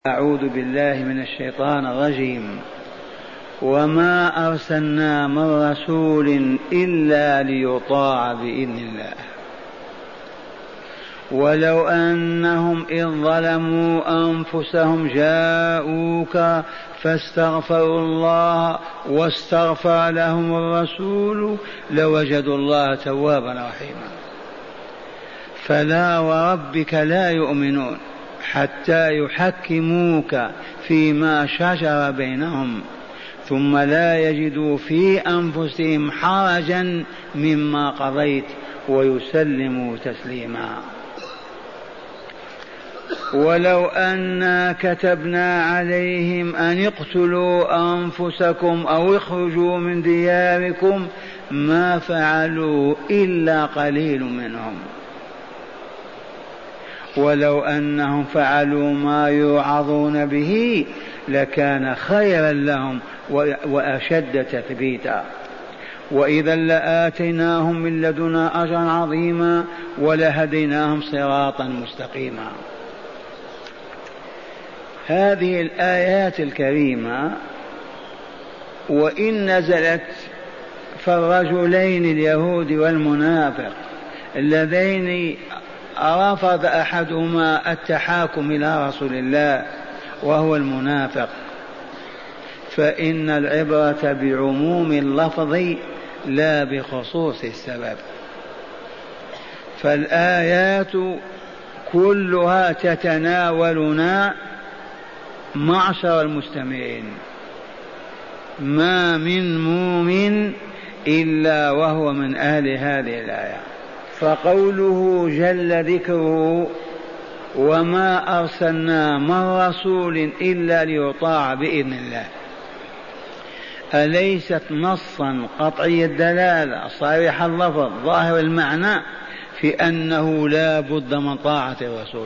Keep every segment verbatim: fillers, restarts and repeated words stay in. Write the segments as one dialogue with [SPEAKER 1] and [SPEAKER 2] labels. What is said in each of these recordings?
[SPEAKER 1] أعوذ بالله من الشيطان الرجيم. وما أرسلنا من رسول إلا ليطاع بإذن الله ولو أنهم إذ ظلموا أنفسهم جاءوك فاستغفروا الله واستغفر لهم الرسول لوجدوا الله توابا رحيما. فلا وربك لا يؤمنون حتى يحكموك فيما شجر بينهم ثم لا يجدوا في أنفسهم حرجا مما قضيت ويسلموا تسليما. ولو أنا كتبنا عليهم أن اقتلوا أنفسكم أو اخرجوا من دياركم ما فعلوا إلا قليل منهم ولو أنهم فعلوا ما يوعظون به لكان خيرا لهم وأشد تثبيتا وإذا لآتيناهم من لدنا أجرا عظيما ولهديناهم صراطا مستقيما. هذه الآيات الكريمة وإن نزلت فالرجلين اليهود والمنافق اللذين رفض أحدهما التحاكم إلى رسول الله وهو المنافق، فإن العبرة بعموم اللفظ لا بخصوص السبب. فالآيات كلها تتناولنا معشر المستمعين، ما من مؤمن إلا وهو من أهل هذه الآية. فقوله جل ذكره وما أرسلنا من رسول إلا ليطاع بإذن الله أليست نصا قطعي الدلالة صريح اللفظ ظاهر المعنى في أنه لا بد من طاعة الرسول؟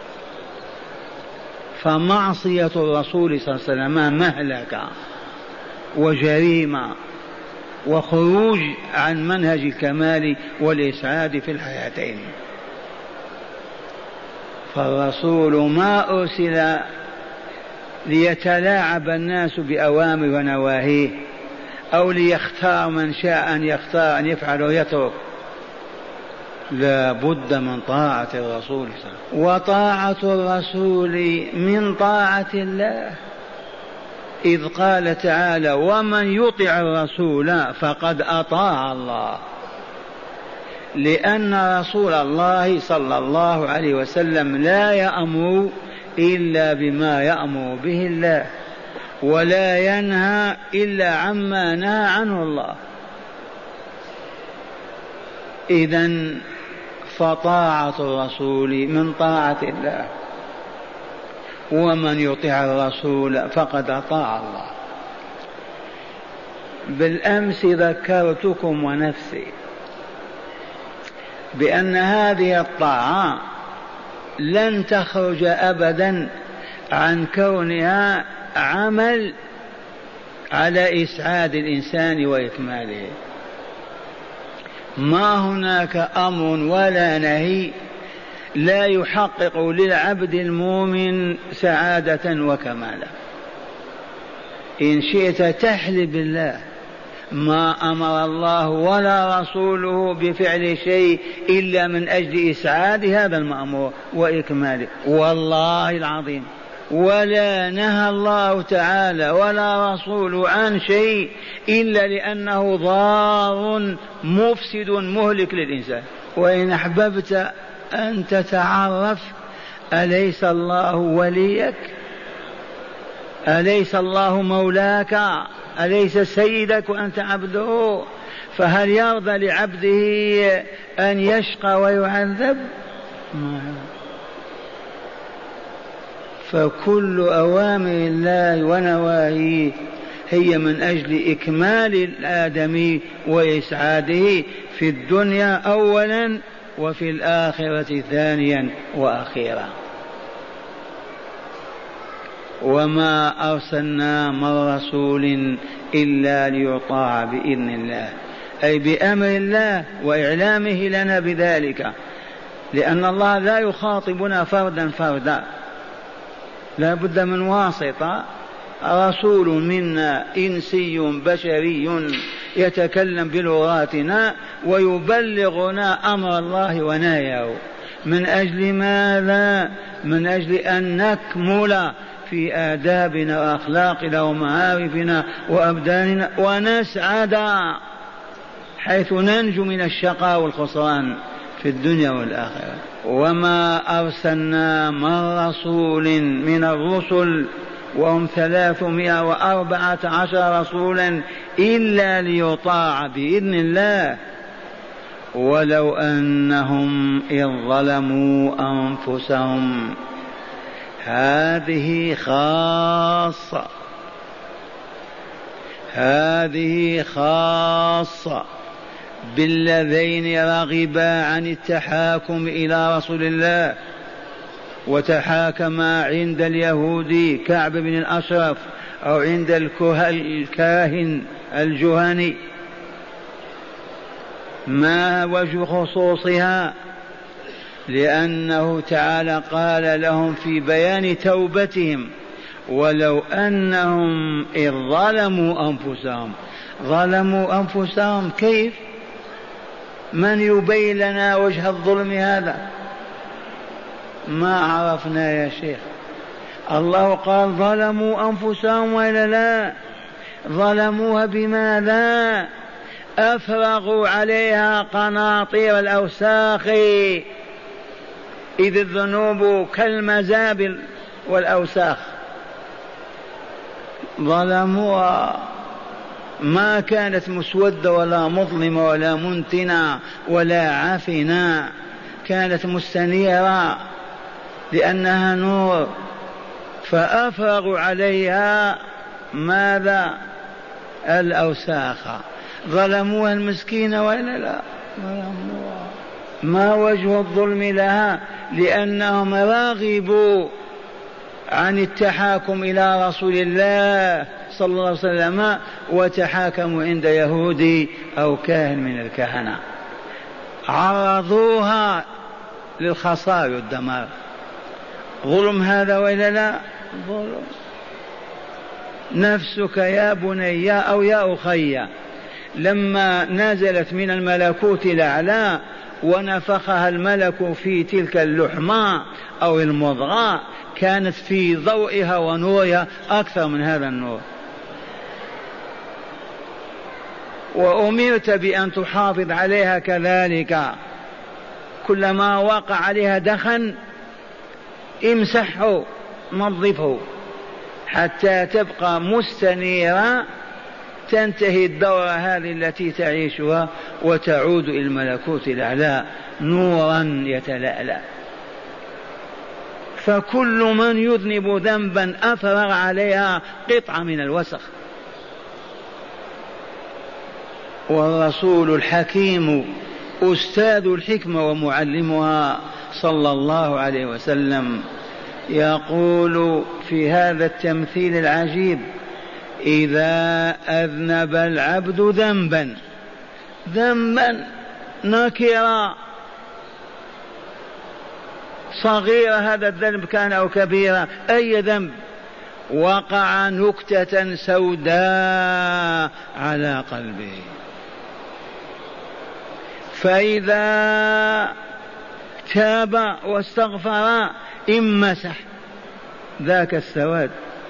[SPEAKER 1] فمعصية الرسول صلى الله عليه وسلم مهلكة وجريمة وخروج عن منهج الكمال والإسعاد في الحياتين. فالرسول ما أرسل ليتلاعب الناس بأوامر ونواهيه أو ليختار من شاء أن يختار أن يفعل ويترك، لا بد من طاعة الرسول. وطاعة الرسول من طاعة الله، إذ قال تعالى ومن يطع الرسول فقد أطاع الله، لأن رسول الله صلى الله عليه وسلم لا يأمر إلا بما يأمر به الله ولا ينهى إلا عما نهى عنه الله. إذن فطاعة الرسول من طاعة الله، ومن يطع الرسول فقد أطاع الله. بالأمس ذكرتكم ونفسي بأن هذه الطاعة لن تخرج أبدا عن كونها عمل على إسعاد الإنسان وإكماله. ما هناك أمر ولا نهي لا يحقق للعبد المؤمن سعادة وكمالا. إن شئت تحلف بالله ما أمر الله ولا رسوله بفعل شيء إلا من أجل إسعاد هذا المأمور وإكماله، والله العظيم ولا نهى الله تعالى ولا رسوله عن شيء إلا لأنه ضار مفسد مهلك للإنسان. وإن أحببت أن تتعرف أليس الله وليك؟ أليس الله مولاك؟ أليس سيدك وأنت عبده؟ فهل يرضى لعبده أن يشقى ويعذب؟ فكل أوامر الله ونواهيه هي من أجل إكمال الآدمي وإسعاده في الدنيا أولا وفي الآخرة ثانيا وأخيرا. وما أرسلنا من رسول إلا ليطاع بإذن الله، أي بأمر الله وإعلامه لنا بذلك، لأن الله لا يخاطبنا فردا فردا، لا بد من واسطة، رسول منا إنسي بشري يتكلم بلغاتنا ويبلغنا أمر الله ونهيه. من أجل ماذا؟ من أجل أن نكمل في آدابنا وأخلاقنا ومعارفنا وأبداننا ونسعد حيث ننجو من الشقاء والخسران في الدنيا والآخرة. وما أرسلنا من رسول من الرسل وهم ثلاثمائة وأربعة عشر رسولا إلا ليطاع بإذن الله ولو أنهم إذ ظلموا أنفسهم. هذه خاصة، هذه خاصة بالذين رغبا عن التحاكم إلى رسول الله وتحاكما عند اليهود كعب بن الأشرف أو عند الكاهن الجهني. ما وجه خصوصها؟ لأنه تعالى قال لهم في بيان توبتهم ولو أنهم إذ ظلموا أنفسهم. ظلموا أنفسهم كيف؟ من يبين لنا وجه الظلم هذا؟ ما عرفنا يا شيخ. الله قال ظلموا أنفسهم ولا لا؟ ظلموها بماذا؟ أفرغوا عليها قناطير الأوساخ، إذ الذنوب كالمزابل والأوساخ. ظلموها، ما كانت مسودة ولا مظلمة ولا منتنة ولا عفنة، كانت مستنيرة لأنها نور. فأفرغوا عليها ماذا؟ الأوساخ. ظلموها المسكينة ولا لا؟ ظلموها. ما وجه الظلم لها؟ لأنهم راغبوا عن التحاكم إلى رسول الله صلى الله عليه وسلم وتحاكموا عند يهودي أو كاهن من الكهنة، عرضوها للخسار والدمار. ظلم هذا ولا لا؟ ظلم. نفسك يا بني أو يا أخي لما نزلت من الملكوت الأعلى ونفخها الملك في تلك اللحمة أو المضغة كانت في ضوئها ونورها أكثر من هذا النور، وأمرت بأن تحافظ عليها كذلك. كلما وقع عليها دخن امسحه نظفه حتى تبقى مستنيرة، تنتهي الدورة هذه التي تعيشها وتعود إلى الملكوت الأعلى نورا يتلألأ. فكل من يذنب ذنبا أفرغ عليها قطعة من الوسخ. والرسول الحكيم أستاذ الحكمة ومعلمها صلى الله عليه وسلم يقول في هذا التمثيل العجيب: إذا أذنب العبد ذنبا ذنبا نكرا، صغير هذا الذنب كان أو كبيرا، أي ذنب، وقع نكتة سوداء على قلبه، فإذا تاب واستغفر امسح ذاك السواد.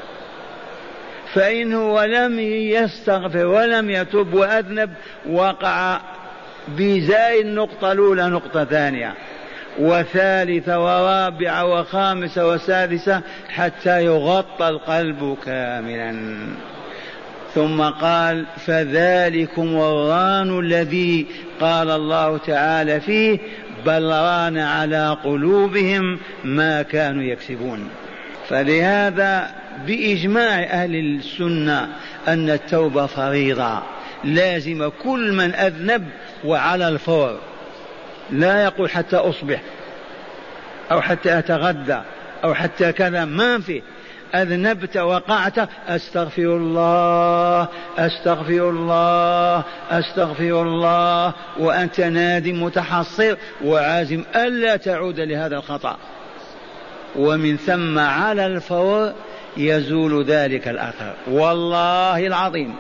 [SPEAKER 1] فإنه ولم يستغفر ولم يتب وأذنب وقع بزاء النقطة الأولى نقطة ثانية وثالثة ورابعة وخامسة وسادسة حتى يغطى القلب كاملا. ثم قال: فذلكم الران الذي قال الله تعالى فيه: بل ران على قلوبهم ما كانوا يكسبون. فلهذا بإجماع أهل السنة أن التوبة فريضة لازم كل من أذنب وعلى الفور، لا يقول حتى أصبح أو حتى أتغدى أو حتى كذا، ما في. أذنبت وقعت أستغفر الله أستغفر الله أستغفر الله وأنت نادم متحصر وعازم ألا تعود لهذا الخطأ. ومن ثم على الفور يزول ذلك الأثر. والله العظيم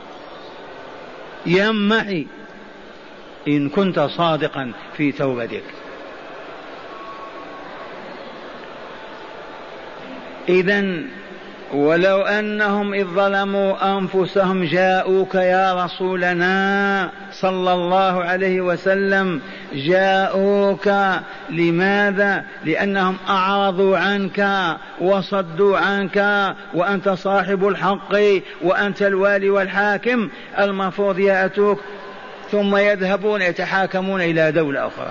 [SPEAKER 1] يمحي إن كنت صادقا في توبتك. إذن ولو أنهم إذ ظلموا أنفسهم جاءوك يا رسولنا صلى الله عليه وسلم، جاءوك لماذا؟ لأنهم أعرضوا عنك وصدوا عنك وأنت صاحب الحق وأنت الوالي والحاكم، المفروض يأتوك ثم يذهبون يتحاكمون إلى دولة أخرى،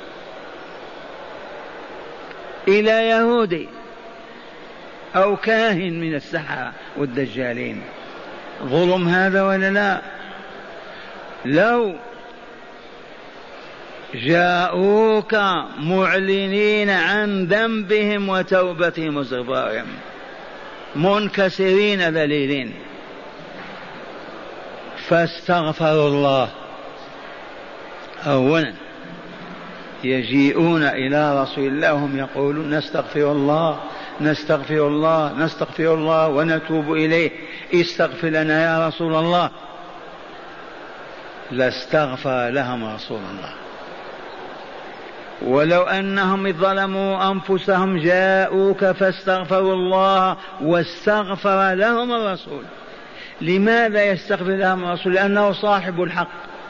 [SPEAKER 1] إلى يهودي أو كاهن من السحرة والدجالين. ظلم هذا ولا لا؟ لو جاءوك معلنين عن ذنبهم وتوبتهم واستغفارهم منكسرين ذليلين فاستغفروا الله، أولا يجيئون إلى رسول الله هم يقولون نستغفر الله نستغفر الله نستغفر الله ونتوب إليه، استغفر لنا يا رسول الله، لاستغفر لهم رسول الله. ولو أنهم ظلموا أنفسهم جاءوك فاستغفروا الله واستغفر لهم الرسول. لماذا يستغفر لهم الرسول؟ لأنه صاحب الحق.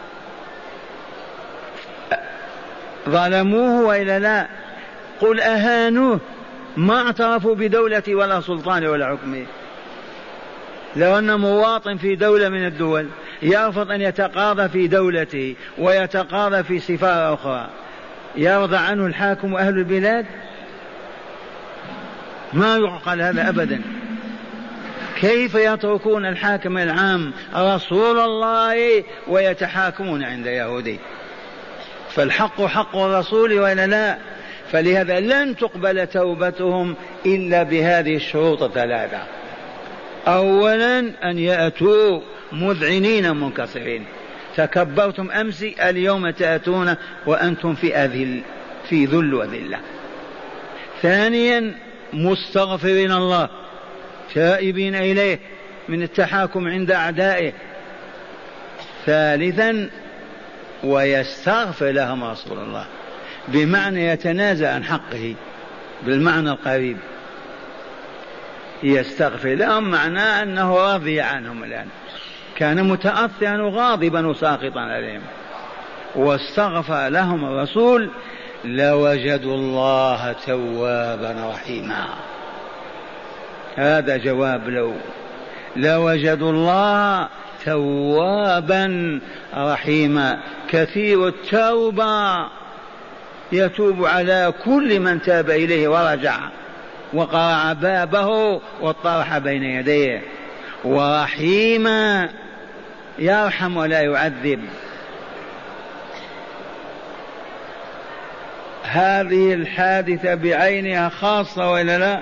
[SPEAKER 1] ظلموه وإلا لا؟ قل أهانوه، ما اعترفوا بدولة ولا سلطان ولا حكمه. لو أن مواطن في دولة من الدول يرفض أن يتقاضى في دولته ويتقاضى في سفارة أخرى، يرضى عنه الحاكم وأهل البلاد؟ ما يعقل هذا أبدا. كيف يتركون الحاكم العام رسول الله ويتحاكمون عند يهودي؟ فالحق حق الرسول ولا لا؟ فلهذا لن تقبل توبتهم إلا بهذه الشروط الثلاثة. أولا أن يأتوا مذعنين منكسرين، تكبرتم أمس اليوم تأتون وأنتم في أذل في ذل وذلة. ثانيا مستغفرين الله تائبين إليه من التحاكم عند أعدائه. ثالثا ويستغفر لهم رسول الله، بمعنى يتنازل عن حقه بالمعنى القريب. يستغفر لهم معناه أنه راضي عنهم، الآن كان متأثرا وغاضبا وساخطا عليهم، واستغفر لهم الرسول لوجدوا الله توابا رحيما. هذا جواب لو لوجدوا الله توابا رحيما كثير التوبة، يتوب على كل من تاب إليه ورجع وقرع بابه واطرح بين يديه، ورحيما يرحم ولا يعذب. هذه الحادثة بعينها خاصة ولا لا؟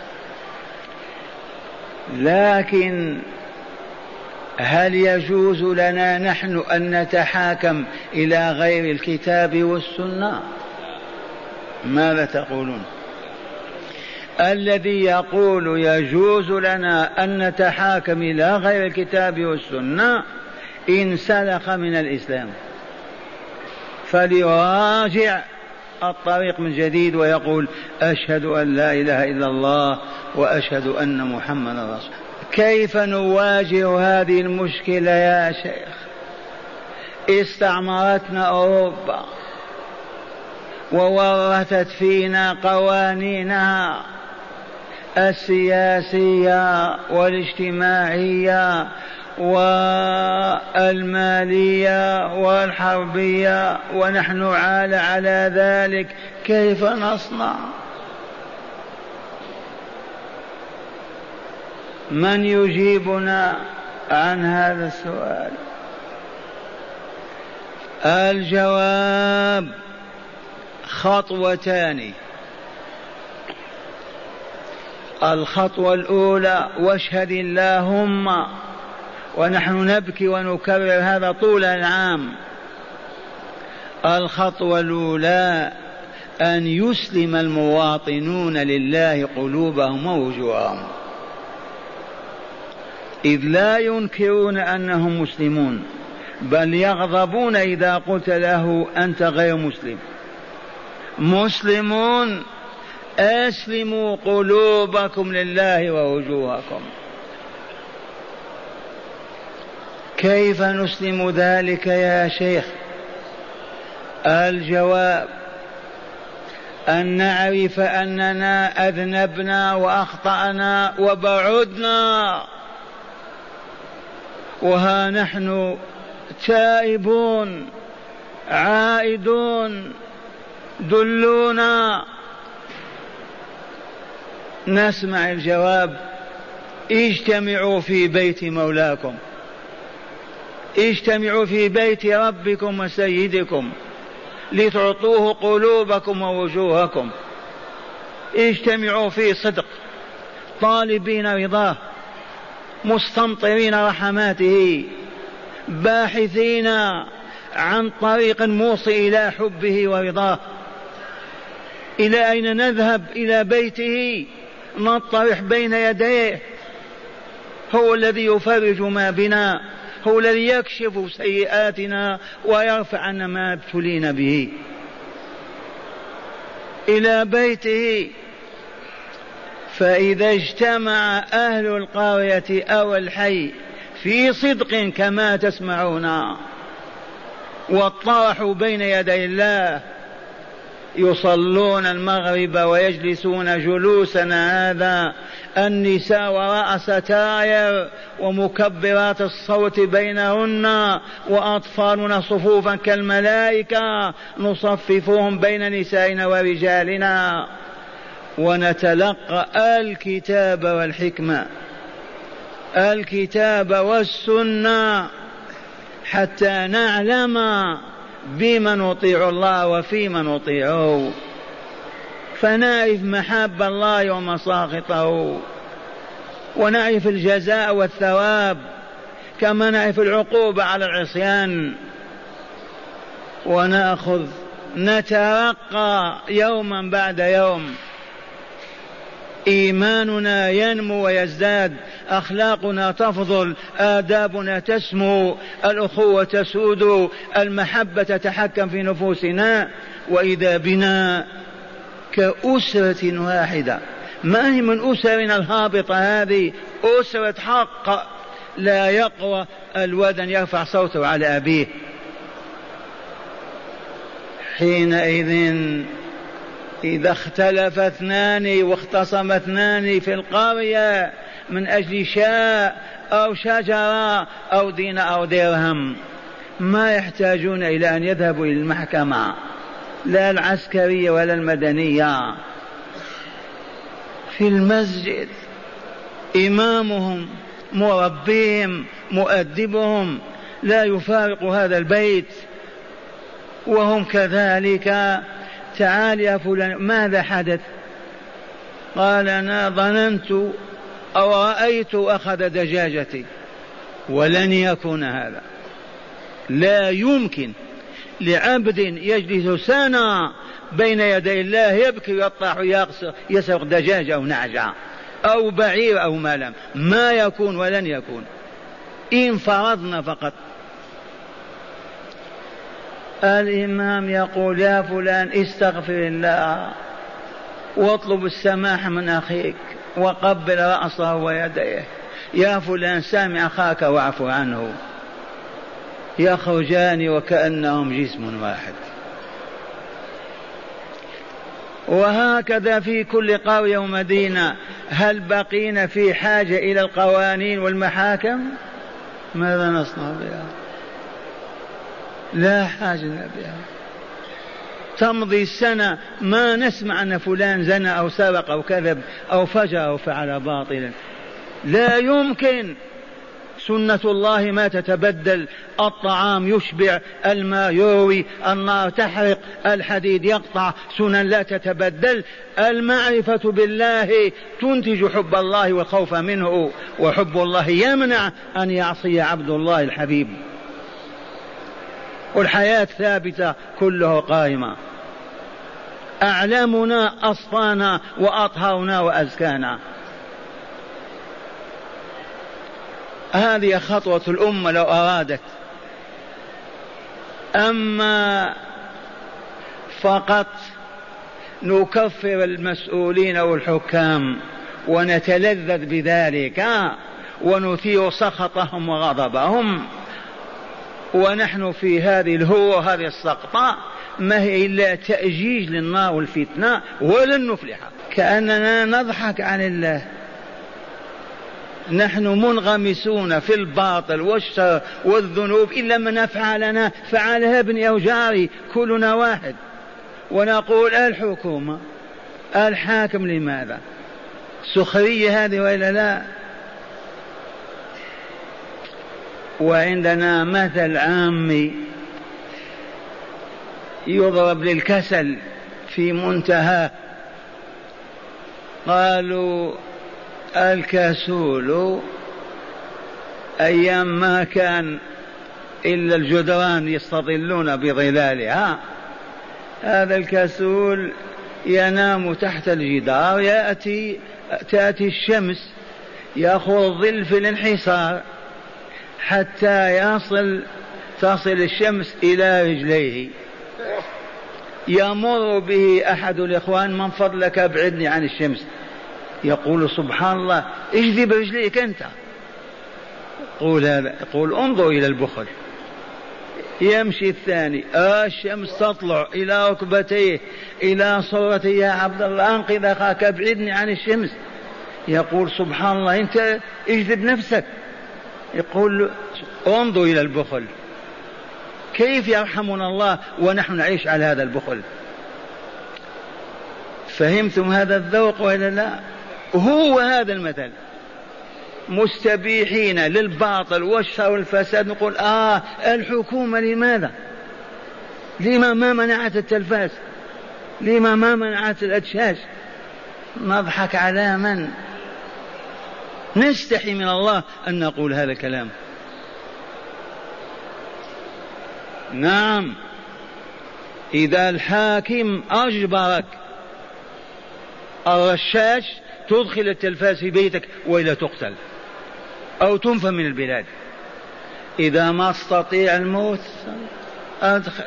[SPEAKER 1] لكن هل يجوز لنا نحن أن نتحاكم إلى غير الكتاب والسنة؟ ماذا تقولون؟ الذي يقول يجوز لنا أن نتحاكم إلى غير الكتاب والسنة انسلخ من الإسلام، فليراجع الطريق من جديد ويقول أشهد أن لا إله إلا الله وأشهد أن محمدا رسول الله. كيف نواجه هذه المشكلة يا شيخ؟ استعمرتنا أوروبا وورثت فينا قوانينها السياسية والاجتماعية والمالية والحربية، ونحن عال على ذلك. كيف نصنع؟ من يجيبنا عن هذا السؤال؟ الجواب خطوتان. الخطوة الأولى واشهد اللهم، ونحن نبكي ونكرر هذا طول العام. الخطوة الأولى أن يسلم المواطنون لله قلوبهم ووجوههم، إذ لا ينكرون أنهم مسلمون، بل يغضبون إذا قلت له أنت غير مسلم. مسلمون، أسلموا قلوبكم لله ووجوهكم. كيف نسلم ذلك يا شيخ؟ الجواب أن نعرف أننا أذنبنا وأخطأنا وبعدنا، وها نحن تائبون عائدون، دلونا. نسمع الجواب: اجتمعوا في بيت مولاكم، اجتمعوا في بيت ربكم وسيدكم لتعطوه قلوبكم ووجوهكم. اجتمعوا في صدق، طالبين رضاه، مستمطرين رحماته، باحثين عن طريق موصل إلى حبه ورضاه. إلى أين نذهب؟ إلى بيته، نطرح بين يديه. هو الذي يفرج ما بنا، هو الذي يكشف سيئاتنا ويرفع عنا ما ابتلينا به. إلى بيته. فإذا اجتمع أهل القرية أو الحي في صدق كما تسمعون واطرحوا بين يدي الله، يصلون المغرب ويجلسون جلوسنا هذا، النساء وراء ستائر ومكبرات الصوت بينهن، وأطفالنا صفوفا كالملائكة نصففهم بين نسائنا ورجالنا، ونتلقى الكتاب والحكمة، الكتاب والسنة، حتى نعلم بما نطيع الله وفيما نطيعه، فنعرف محاب الله ومساخطه، ونعرف الجزاء والثواب، كما نعرف العقوبة على العصيان. ونأخذ نترقى يوما بعد يوم، إيماننا ينمو ويزداد، أخلاقنا تفضل، آدابنا تسمو، الأخوة تسود، المحبة تتحكم في نفوسنا، وإذا بنا كأسرة واحدة. ما هي من أسرنا الهابطة هذه؟ أسرة حق، لا يقوى الولد أن يرفع صوته على أبيه. حينئذ إذا اختلف اثنان واختصم اثنان في القرية من أجل شاء أو شجرة أو دين أو درهم، ما يحتاجون إلى أن يذهبوا إلى المحكمة، لا العسكرية ولا المدنية. في المسجد إمامهم مربيهم مؤدبهم لا يفارق هذا البيت، وهم كذلك. تعال يا فلان، ماذا حدث؟ قال أنا ظننت أو رأيت أخذ دجاجتي. ولن يكون هذا، لا يمكن لعبد يجلس سنة بين يدي الله يبكي ويطرح يسرق دجاجة أو نعجة أو بعير أو ملم، ما يكون ولن يكون إن فرضنا فقط. الإمام يقول يا فلان استغفر الله واطلب السماح من أخيك وقبل رأسه ويديه، يا فلان سامع أخاك واعف عنه، يخرجان وكأنهم جسم واحد. وهكذا في كل قرية ومدينة. هل بقينا في حاجة إلى القوانين والمحاكم؟ ماذا نصنع بها؟ لا حاجة بها. تمضي السنة ما نسمع أن فلان زنى أو سرق أو كذب أو فجر أو فعل باطلا. لا يمكن، سنة الله ما تتبدل، الطعام يشبع، الماء يروي، النار تحرق، الحديد يقطع، سنن لا تتبدل. المعرفة بالله تنتج حب الله والخوف منه، وحب الله يمنع أن يعصي عبد الله الحبيب. والحياة ثابتة كله قائمة. أعلمنا أصفانا وأطهرنا وأزكانا. هذه خطوة الأمة لو أرادت. أما فقط نكفر المسؤولين والحكام ونتلذذ بذلك ونثير سخطهم وغضبهم ونحن في هذه الهوة وهذه السقطة، ما هي إلا تأجيج للنار والفتنة ولن نفلح. كأننا نضحك عن الله. نحن منغمسون في الباطل والشر والذنوب، إلا من أفعالنا فعلها ابني أو جاري كلنا واحد، ونقول الحكومة الحاكم لماذا؟ سخرية هذه وإلا لا؟ وعندنا مثل عامي يضرب للكسل في منتهى، قالوا الكسول أيام ما كان إلا الجدران يستظلون بظلالها، هذا الكسول ينام تحت الجدار، يأتي تأتي الشمس يأخذ الظل في الانحسار حتى يصل تصل الشمس إلى رجليه. يمر به أحد الإخوان: من فضلك ابعدني عن الشمس. يقول سبحان الله اجذب رجليك أنت. يقول هذا، يقول انظر إلى البخل. يمشي الثاني، آه الشمس تطلع إلى ركبتيه إلى صورته: يا عبد الله أنقذ أخاك ابعدني عن الشمس. يقول سبحان الله أنت اجذب نفسك. يقول انظر إلى البخل. كيف يرحمنا الله ونحن نعيش على هذا البخل؟ فهمتم هذا الذوق ولا لا؟ هو هذا المثل. مستبيحين للباطل والشر والفساد نقول آه الحكومة لماذا؟ لما ما منعت التلفاز؟ لما ما منعت الأدشاش؟ نضحك على من؟ نستحي من الله أن نقول هذا الكلام. نعم، إذا الحاكم أجبرك الرشاش تدخل التلفاز في بيتك وإلا تقتل أو تنفى من البلاد. إذا ما استطيع الموت أدخل.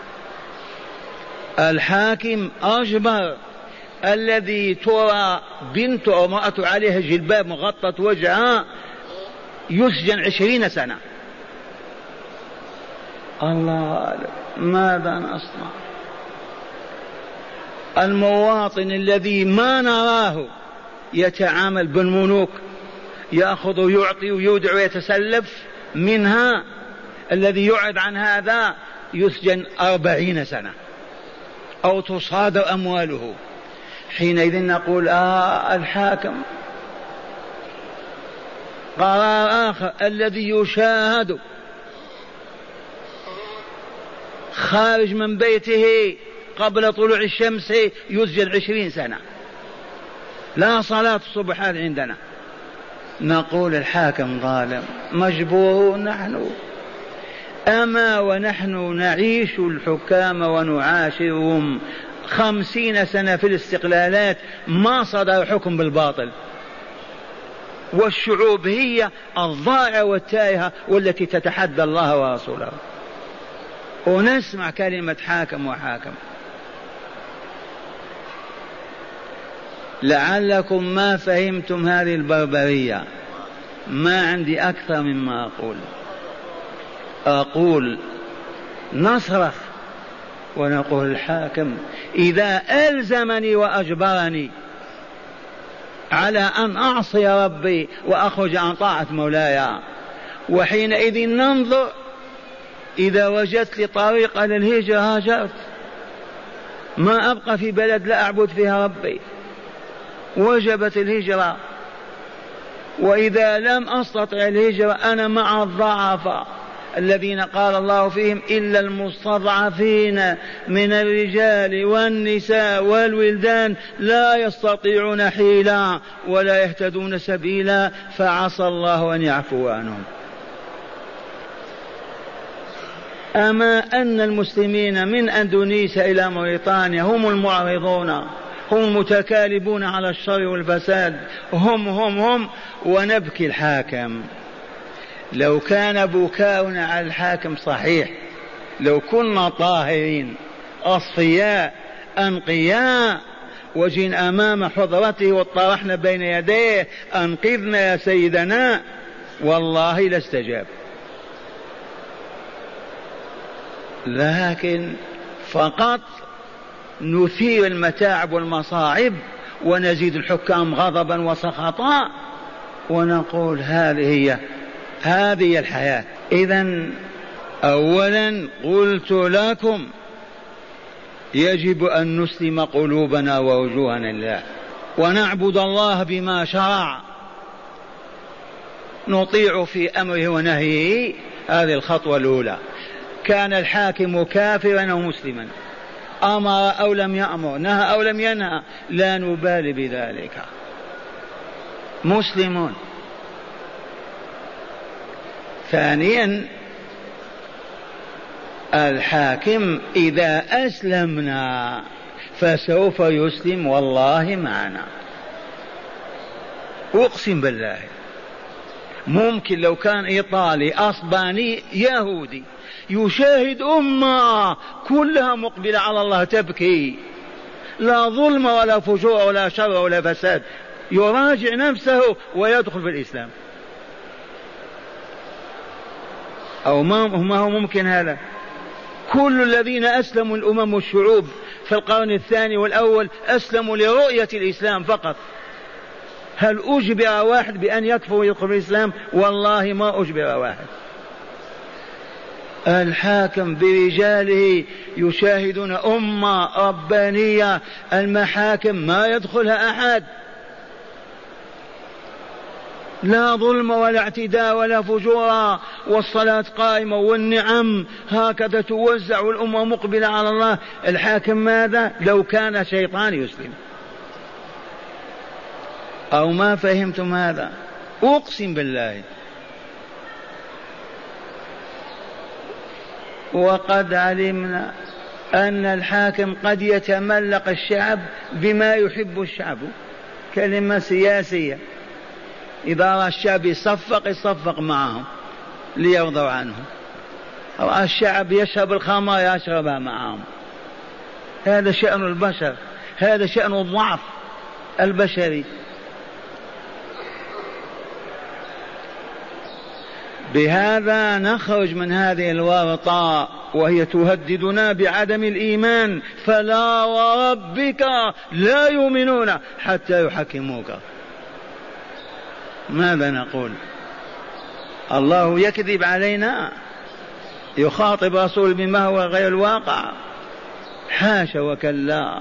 [SPEAKER 1] الحاكم أجبر الذي ترى بنت أو امرأة عليها جلباب مغطت وجهها يسجن عشرين سنة. الله ماذا نصنع؟ المواطن الذي ما نراه يتعامل بالملوك، يأخذ ويعطي ويودع ويتسلف منها، الذي يعرض عن هذا يسجن أربعين سنة أو تصادر أمواله. حينئذ نقول آه الحاكم. قرار آخر: الذي يشاهد خارج من بيته قبل طلوع الشمس يسجن عشرين سنة، لا صلاة الصبح عندنا. نقول الحاكم ظالم، مجبورون نحن. أما ونحن نعيش الحكام ونعاشرهم خمسين سنة في الاستقلالات ما صدر حكم بالباطل، والشعوب هي الضائعة والتائهة والتي تتحدى الله ورسوله، ونسمع كلمة حاكم وحاكم. لعلكم ما فهمتم هذه البربرية. ما عندي أكثر مما أقول. أقول نصرخ ونقول الحاكم إذا ألزمني وأجبرني على أن أعصي ربي وأخرج عن طاعة مولاي، وحينئذ ننظر إذا وجدت لي طريقة للهجرة هاجرت، ما أبقى في بلد لا أعبد فيها ربي، وجبت الهجرة. وإذا لم أستطع الهجرة أنا مع الضعفاء الذين قال الله فيهم إلا المستضعفين من الرجال والنساء والولدان لا يستطيعون حيلا ولا يهتدون سبيلا فعسى الله أن يعفو عنهم. أما أن المسلمين من أندونيسيا إلى موريتانيا هم المعرضون، هم المتكالبون على الشر والفساد، هم هم هم ونبكي الحاكم. لو كان بكاؤنا على الحاكم صحيح، لو كنا طاهرين أصفياء أنقياء وجئنا أمام حضرته واطرحنا بين يديه أنقذنا يا سيدنا، والله لاستجاب. لكن فقط نثير المتاعب والمصاعب ونزيد الحكام غضبا وسخطا ونقول هذه هي هذه الحياة. إذن أولا قلت لكم يجب أن نسلم قلوبنا ووجوهنا لله ونعبد الله بما شرع، نطيع في أمره ونهيه. هذه الخطوة الأولى. كان الحاكم كافرا أو مسلما، أمر أو لم يأمر، نهى أو لم ينهى، لا نبالي بذلك، مسلمون. ثانيا الحاكم إذا أسلمنا فسوف يسلم والله معنا، أقسم بالله. ممكن لو كان إيطالي أسباني يهودي يشاهد أمة كلها مقبلة على الله تبكي، لا ظلم ولا فجور ولا شر ولا فساد، يراجع نفسه ويدخل في الإسلام. أو ما هو ممكن هذا؟ كل الذين أسلموا الأمم والشعوب في القرن الثاني والأول أسلموا لرؤية الإسلام فقط. هل أجبر واحد بأن يكفر ويدخل في الإسلام؟ والله ما أجبر واحد. الحاكم برجاله يشاهدون أمة ربانية، المحاكم ما يدخلها أحد، لا ظلم ولا اعتداء ولا فجور، والصلاة قائمة والنعم هكذا توزع والأمة مقبلة على الله. الحاكم ماذا؟ لو كان شيطان يسلم. أو ما فهمتم هذا؟ أقسم بالله. وقد علمنا أن الحاكم قد يتملق الشعب بما يحب الشعب، كلمة سياسية. إذا رأى الشعب يصفق يصفق معهم ليرضوا عنه، رأى الشعب يشرب الخمر يشربها معهم. هذا شأن البشر، هذا شأن الضعف البشري. بهذا نخرج من هذه الورطة وهي تهددنا بعدم الإيمان. فلا وربك لا يؤمنون حتى يحكموك. ماذا نقول؟ الله يكذب علينا؟ يخاطب رسول بما هو غير الواقع؟ حاشا وكلا.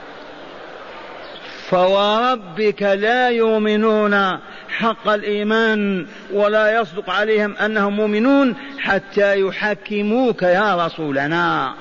[SPEAKER 1] فوربك لا يؤمنون حق الإيمان ولا يصدق عليهم أنهم مؤمنون حتى يحكموك يا رسولنا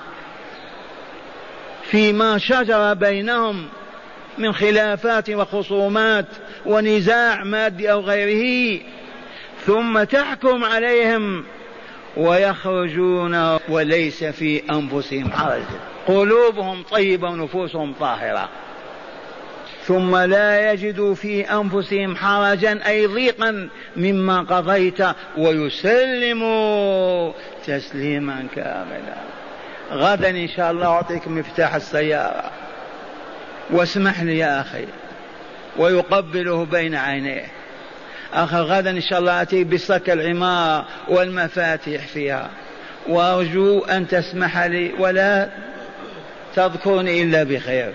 [SPEAKER 1] فيما شجر بينهم من خلافات وخصومات ونزاع مادي أو غيره، ثم تحكم عليهم ويخرجون وليس في أنفسهم حرج، قلوبهم طيبة ونفوسهم طاهرة، ثم لا يجدوا في أنفسهم حرجا أي ضيقا مما قضيت ويسلموا تسليما كاملا. غدا إن شاء الله أعطيك مفتاح السيارة واسمح لي يا أخي، ويقبله بين عينيه. آخر غدا إن شاء الله أتي بصك العمارة والمفاتيح فيها، وأرجو أن تسمح لي ولا تذكرني إلا بخير،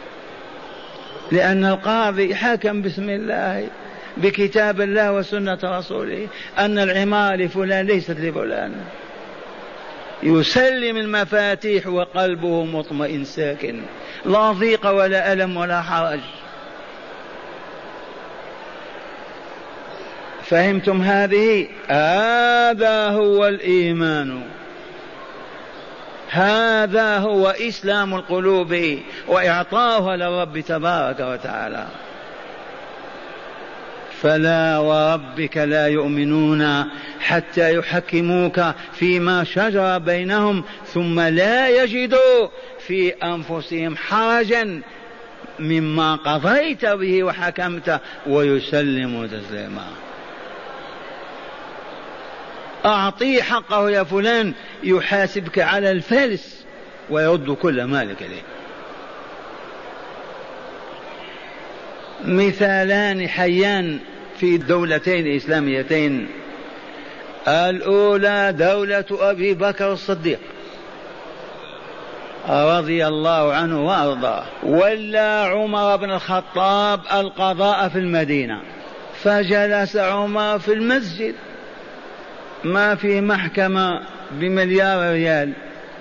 [SPEAKER 1] لأن القاضي حكم بسم الله بكتاب الله وسنة رسوله أن العمارة لفلان ليست لفلان. يسلم المفاتيح وقلبه مطمئن ساكن، لا ضيق ولا ألم ولا حرج. فهمتم هذه؟ هذا هو الإيمان، هذا هو إسلام القلوب وإعطاؤها للرب تبارك وتعالى. فلا وربك لا يؤمنون حتى يحكموك فيما شجر بينهم ثم لا يجدوا في أنفسهم حرجا مما قضيت به وحكمت ويسلموا تسليما. أعطيه حقه يا فلان يحاسبك على الفلس ويرد كل مالك إليه. مثالان حيان في دولتين إسلاميتين. الأولى دولة أبي بكر الصديق رضي الله عنه وأرضاه، ولا عمر بن الخطاب القضاء في المدينة، فجلس عمر في المسجد ما في محكمة بمليار ريال،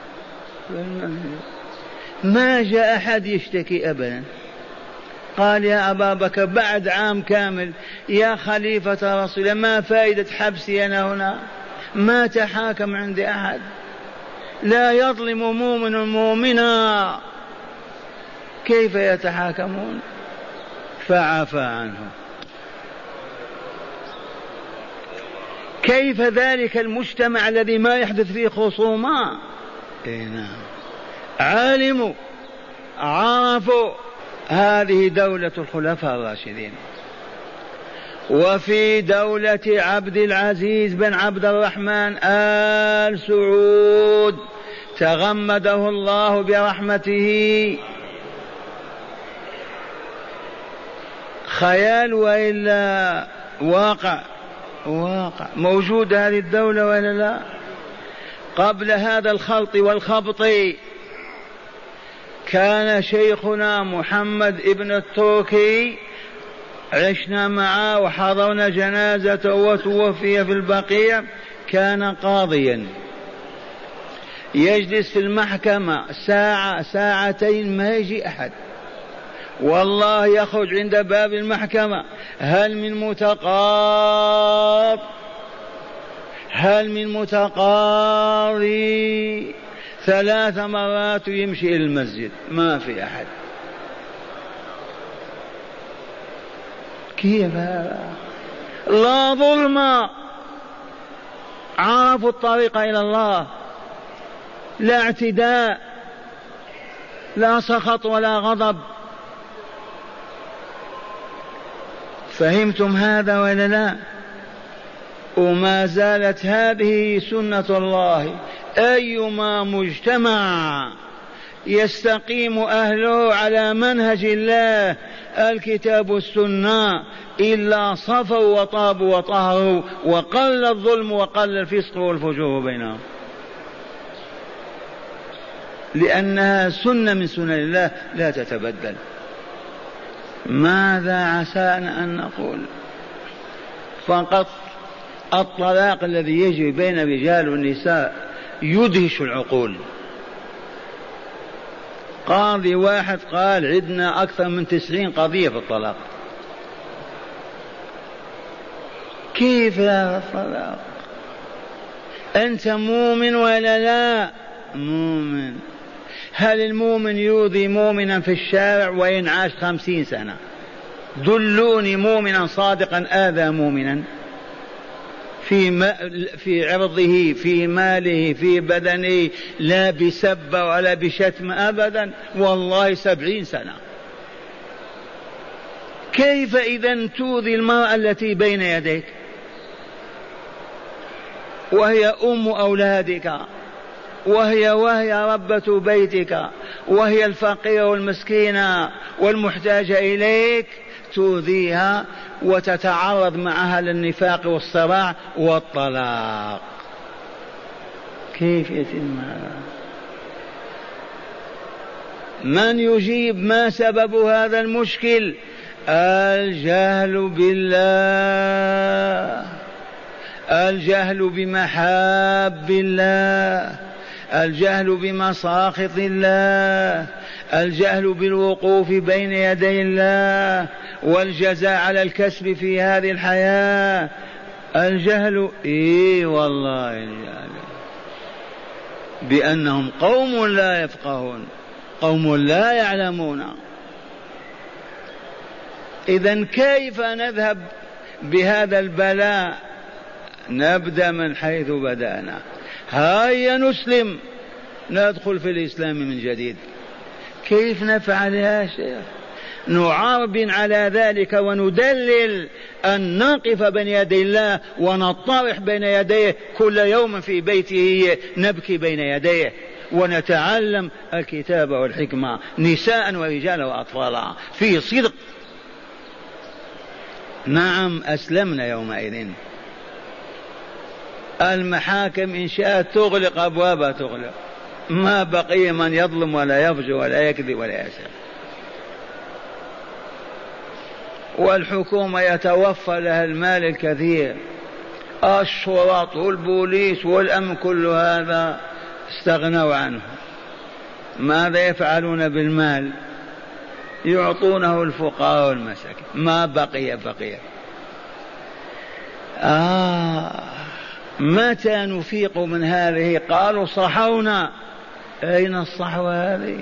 [SPEAKER 1] ما جاء أحد يشتكي أبدا. قال يا أبا بكر بعد عام كامل يا خليفة رسول الله ما فائدة حبسي أنا هنا، ما تحاكم عند أحد، لا يظلم مؤمن مؤمنا، كيف يتحاكمون؟ فعفى عنه. كيف ذلك المجتمع الذي ما يحدث فيه خصومة؟ إيه نعم، علموا عرفوا هذه دولة الخلفاء الراشدين. وفي دولة عبد العزيز بن عبد الرحمن آل سعود تغمده الله برحمته، خيال وإلا واقع؟ واقع موجود هذه الدولة ولا لا؟ قبل هذا الخلط والخبط كان شيخنا محمد ابن التركي عشنا معه وحضرنا جنازته وتوفي في البقيع، كان قاضيا يجلس في المحكمة ساعة ساعتين ما يجي أحد، والله يخرج عند باب المحكمة هل من متقاض هل من متقاضي، ثلاث مرات يمشي إلى المسجد ما في أحد. كيف هذا؟ لا ظلم، عرفوا الطريق إلى الله، لا اعتداء، لا سخط ولا غضب. فهمتم هذا ولا لا؟ وما زالت هذه سنة الله، أيما مجتمع يستقيم أهله على منهج الله الكتاب والسنة إلا صفوا وطابوا وطهروا وقل الظلم وقل الفسق والفجور بينهم، لأنها سنة من سنن الله لا تتبدل. ماذا عسانا أن نقول؟ فقط الطلاق الذي يجري بين الرجال والنساء يدهش العقول. قاضي واحد قال عندنا أكثر من تسعين قضية في الطلاق. كيف هذا الطلاق؟ أنت مؤمن ولا لا؟ مؤمن. هل المؤمن يؤذي مؤمنا في الشارع وإن عاش خمسين سنة؟ دلوني مؤمنا صادقا آذى مؤمنا في ما في عرضه في ماله في بدنه، لا بسب ولا بشتم أبدا، والله سبعين سنة. كيف إذا تؤذي المرأة التي بين يديك وهي أم أولادك وهي وهي ربة بيتك وهي الفقيرة والمسكينة والمحتاجة إليك، تؤذيها وتتعرض معها للنفاق والصراع والطلاق؟ كيف يتم هذا؟ من يجيب ما سبب هذا المشكل؟ الجهل بالله، الجهل بمحاب الله، الجهل بمساخط الله، الجهل بالوقوف بين يدي الله والجزاء على الكسب في هذه الحياة. الجهل إيه والله الجهل بأنهم قوم لا يفقهون، قوم لا يعلمون. إذن كيف نذهب بهذا البلاء نبدأ من حيث بدأنا. هيا نسلم، ندخل في الإسلام من جديد. كيف نفعل يا شيخ؟ نعرب على ذلك وندلل أن نقف بين يدي الله ونطرح بين يديه كل يوم في بيته، نبكي بين يديه ونتعلم الكتاب والحكمة، نساء ورجال وأطفالا في صدق. نعم أسلمنا يومئذ. المحاكم إن شاءت تغلق أبوابها تغلق، ما بقي من يظلم ولا يفجر ولا يكذب ولا يسرق. والحكومة يتوفى لها المال الكثير، الشرط والبوليس والأمن كل هذا استغنوا عنه. ماذا يفعلون بالمال؟ يعطونه الفقراء والمساكين، ما بقي بقي. آه متى نفيق من هذه؟ قالوا صحونا. أين الصحوة هذه؟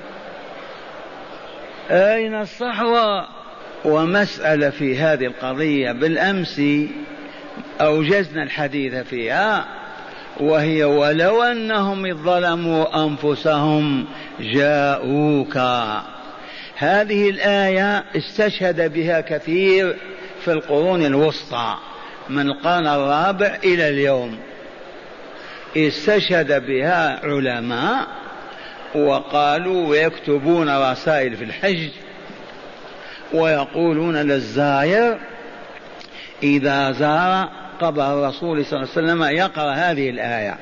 [SPEAKER 1] أين الصحوة؟ ومسألة في هذه القضية بالأمس أوجزنا الحديث فيها، وهي ولو أنهم إذ ظلموا أنفسهم جاءوك. هذه الآية استشهد بها كثير في القرون الوسطى من القرن الرابع إلى اليوم، استشهد بها علماء وقالوا ويكتبون رسائل في الحج ويقولون للزائر إذا زار قبر الرسول صلى الله عليه وسلم يقرأ هذه الآية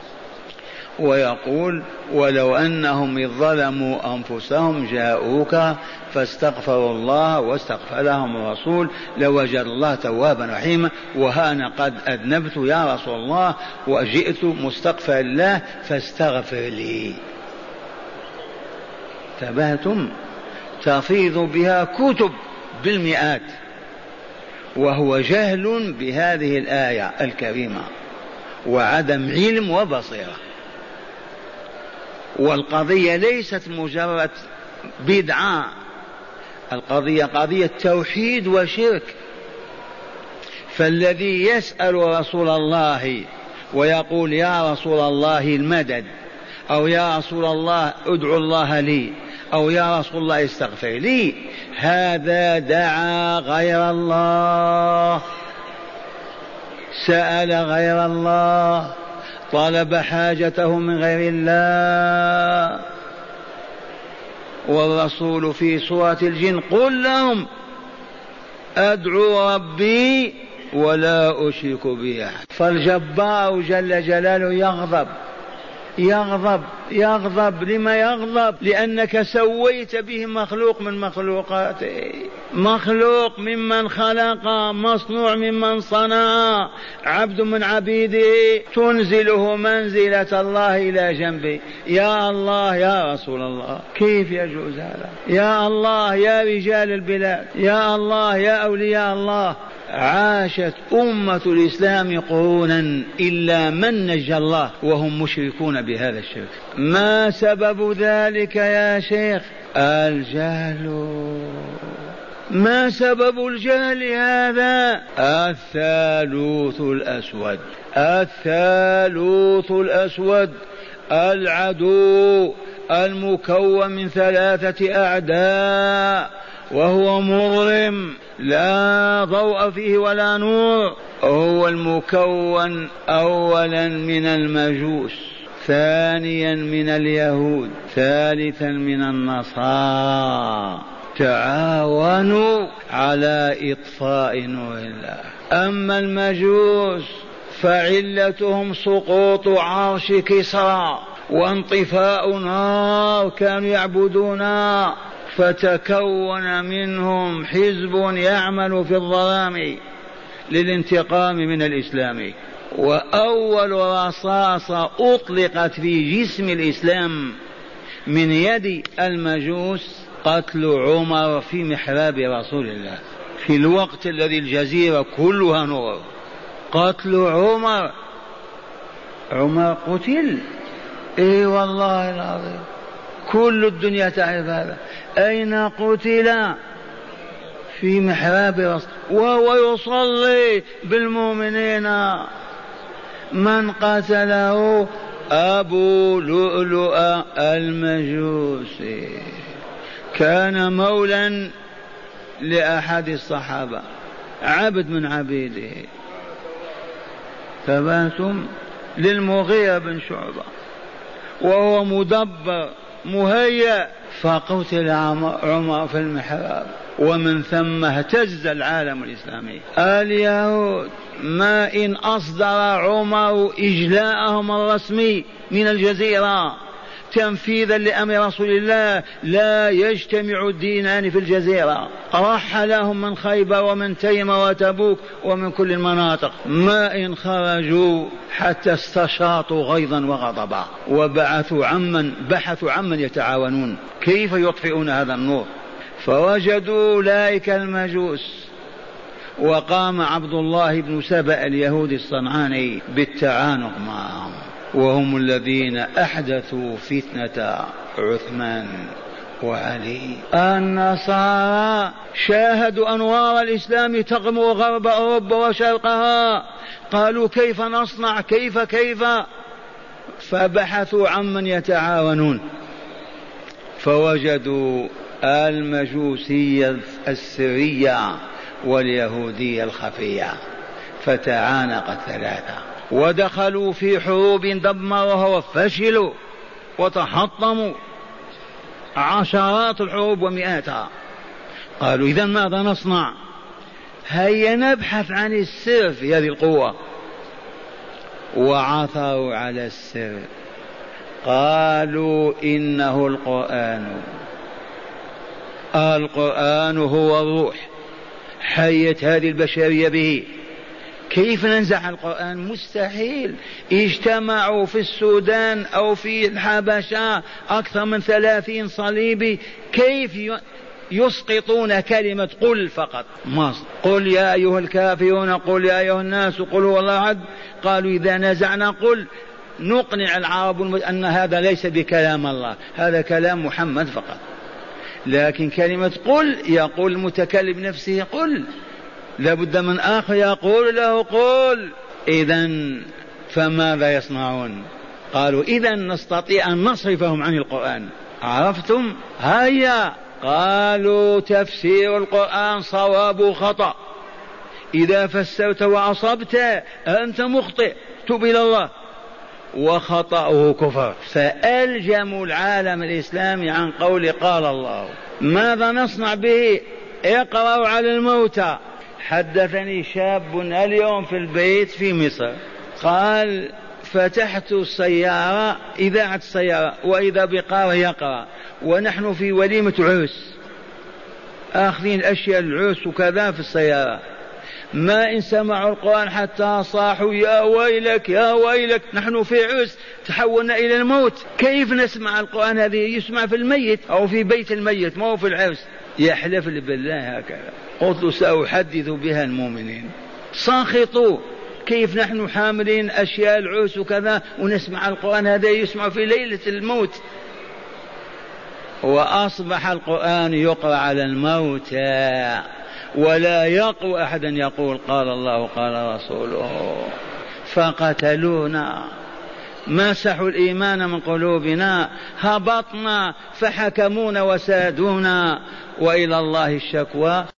[SPEAKER 1] ويقول ولو أنهم إذ ظلموا أنفسهم جاءوك فاستغفروا الله واستغفر لهم الرسول لوجد الله توابا رحيما، وها أنا قد أذنبت يا رسول الله وجئت مستغفر الله فاستغفر لي. تبهتم؟ تفيض بها كتب بالمئات، وهو جهل بهذه الآية الكريمة وعدم علم وبصيرة. والقضية ليست مجرد بدعة، القضية قضية توحيد وشرك. فالذي يسأل رسول الله ويقول يا رسول الله المدد، أو يا رسول الله ادعو الله لي، أو يا رسول الله استغفر لي، هذا دعا غير الله، سأل غير الله، طلب حاجته من غير الله. والرسول في سورة الجن قل لهم أدعو ربي ولا أشرك به أحد. فالجبار جل جلاله يغضب يغضب يغضب. لما يغضب؟ لأنك سويت به مخلوق من مخلوقاته، مخلوق ممن خلق، مصنوع ممن صنع، عبد من عبيده، تنزله منزلة الله إلى جنبه. يا الله يا رسول الله، كيف يجوز هذا؟ يا الله يا رجال البلاد، يا الله يا أولياء الله. عاشت أمة الإسلام قرونا إلا من نجى الله وهم مشركون بهذا الشرك. ما سبب ذلك يا شيخ؟ الجهل. ما سبب الجهل هذا؟ الثالوث الأسود. الثالوث الأسود العدو المكون من ثلاثة أعداء، وهو مظلم لا ضوء فيه ولا نور. هو المكون أولا من المجوس، ثانيا من اليهود، ثالثا من النصارى. تعاونوا على إطفاء نور الله. أما المجوس فعلتهم سقوط عرش كسرى وانطفاء نار كانوا يعبدونها، فتكون منهم حزب يعمل في الظلام للانتقام من الإسلام. وأول رصاصة أطلقت في جسم الإسلام من يد المجوس قتل عمر في محراب رسول الله في الوقت الذي الجزيرة كلها نور. قتل عمر، عمر قتل، اي والله العظيم كل الدنيا تعرف هذا. أين قتل؟ في محراب رسول وهو يصلي بالمؤمنين من قتله؟ أبو لؤلؤ المجوسي، كان مولا لأحد الصحابة، عبد من عبيده، تبانتم، للمغيرة بن شعبة، وهو مدبر مهيأ، فقتل عمر في المحراب، ومن ثم اهتز العالم الإسلامي. اليهود ما إن أصدر عمر إجلاءهم الرسمي من الجزيرة تنفيذا لأمر رسول الله لا يجتمع الدينان في الجزيرة، رحلهم من خيبر ومن تيم وتبوك ومن كل المناطق، ما إن خرجوا حتى استشاطوا غيظا وغضبا وبعثوا عمن بحثوا عمن يتعاونون كيف يطفئون هذا النور، فوجدوا أولئك المجوس، وقام عبد الله بن سبأ اليهودي الصنعاني بالتعانق معهم، وهم الذين أحدثوا فتنة عثمان وعلي. النصارى شاهدوا أنوار الإسلام تغمر غرب أوروبا وشرقها، قالوا كيف نصنع كيف كيف فبحثوا عمن يتعاونون، فوجدوا المجوسية السرية واليهودية الخفية، فتعانق الثلاثة ودخلوا في حروب دمرها وفشلوا وتحطموا عشرات الحروب ومئاتها. قالوا إذا ماذا نصنع؟ هيا نبحث عن السر في هذه القوة، وعثروا على السر، قالوا إنه القرآن، القرآن هو الروح، حيت هذه البشرية به، كيف ننزع القرآن؟ مستحيل. اجتمعوا في السودان أو في الحبشة أكثر من ثلاثين صليبي، كيف يسقطون كلمة قل فقط؟ مصر قل يا أيها الكافرون، قل يا أيها الناس، قل هو الله أحد. قالوا إذا نزعنا قل نقنع العرب أن هذا ليس بكلام الله، هذا كلام محمد فقط، لكن كلمة قل يقول المتكلم نفسه قل، لابد من آخر يقول له قل. إذن فماذا يصنعون؟ قالوا إذن نستطيع أن نصرفهم عن القرآن. عرفتم؟ هيا. قالوا تفسير القرآن صواب وخطأ، إذا فسرت وأصبت أنت مخطئ، تب إلى الله، وخطأه كفر. فألجموا العالم الإسلامي عن قول قال الله. ماذا نصنع به؟ اقرأوا على الموتى. حدثني شاب اليوم في البيت في مصر، قال فتحت السيارة، إذاعة السيارة، وإذا بقارئ يقرأ، ونحن في وليمة عرس آخذين أشياء العرس وكذا في السيارة، ما إن سمعوا القرآن حتى صاحوا يا ويلك يا ويلك، نحن في عرس تحولنا إلى الموت، كيف نسمع القرآن؟ هذه يسمع في الميت أو في بيت الميت، ما هو في العرس. يحلف لي بالله هكذا. قلت له سأحدث بها المؤمنين. ساخطوا، كيف نحن حاملين أشياء العرس وكذا ونسمع القرآن، هذا يسمع في ليلة الموت. وأصبح القرآن يقرأ على الموتى، ولا يقوى أحد يقول قال الله قال رسوله. فقتلونا، مسحوا الإيمان من قلوبنا، هبطنا فحكمونا وسادونا، وإلى الله الشكوى.